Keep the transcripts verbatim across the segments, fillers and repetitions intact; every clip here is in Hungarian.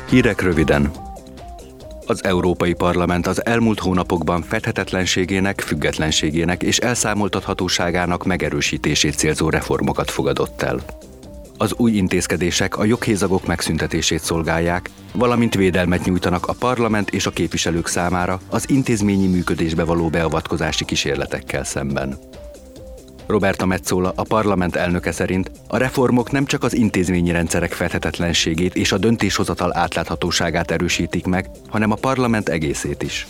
Hírek röviden. Az Európai Parlament az elmúlt hónapokban fedhetetlenségének, függetlenségének és elszámoltathatóságának megerősítését célzó reformokat fogadott el. Az új intézkedések a joghézagok megszüntetését szolgálják, valamint védelmet nyújtanak a parlament és a képviselők számára az intézményi működésbe való beavatkozási kísérletekkel szemben. Roberta Metsola, a parlament elnöke szerint a reformok nem csak az intézményi rendszerek fedhetetlenségét és a döntéshozatal átláthatóságát erősítik meg, hanem a parlament egészét is.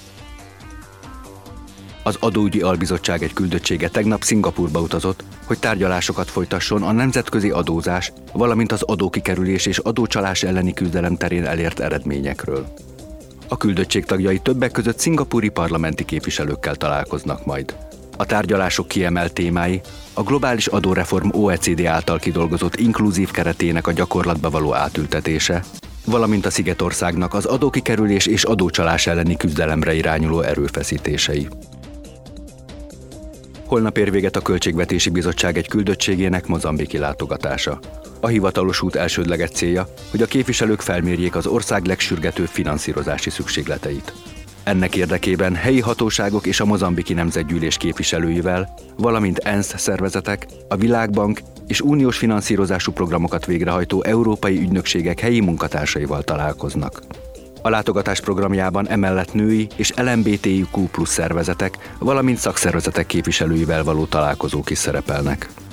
Az adóügyi albizottság egy küldöttsége tegnap Szingapúrba utazott, hogy tárgyalásokat folytasson a nemzetközi adózás, valamint az adókikerülés és adócsalás elleni küzdelem terén elért eredményekről. A küldöttség tagjai többek között szingapúri parlamenti képviselőkkel találkoznak majd. A tárgyalások kiemelt témái a globális adóreform o e cé dé által kidolgozott inkluzív keretének a gyakorlatba való átültetése, valamint a Szigetországnak az adókikerülés és adócsalás elleni küzdelemre irányuló erőfeszítései. Holnap ér véget a Költségvetési Bizottság egy küldöttségének mozambiki látogatása. A hivatalos út elsődleges célja, hogy a képviselők felmérjék az ország legsürgetőbb finanszírozási szükségleteit. Ennek érdekében helyi hatóságok és a mozambiki nemzetgyűlés képviselőivel, valamint ENSZ szervezetek, a Világbank és uniós finanszírozású programokat végrehajtó európai ügynökségek helyi munkatársaival találkoznak. A látogatás programjában emellett női és el em bé té i kú plusz szervezetek, valamint szakszervezetek képviselőivel való találkozók is szerepelnek.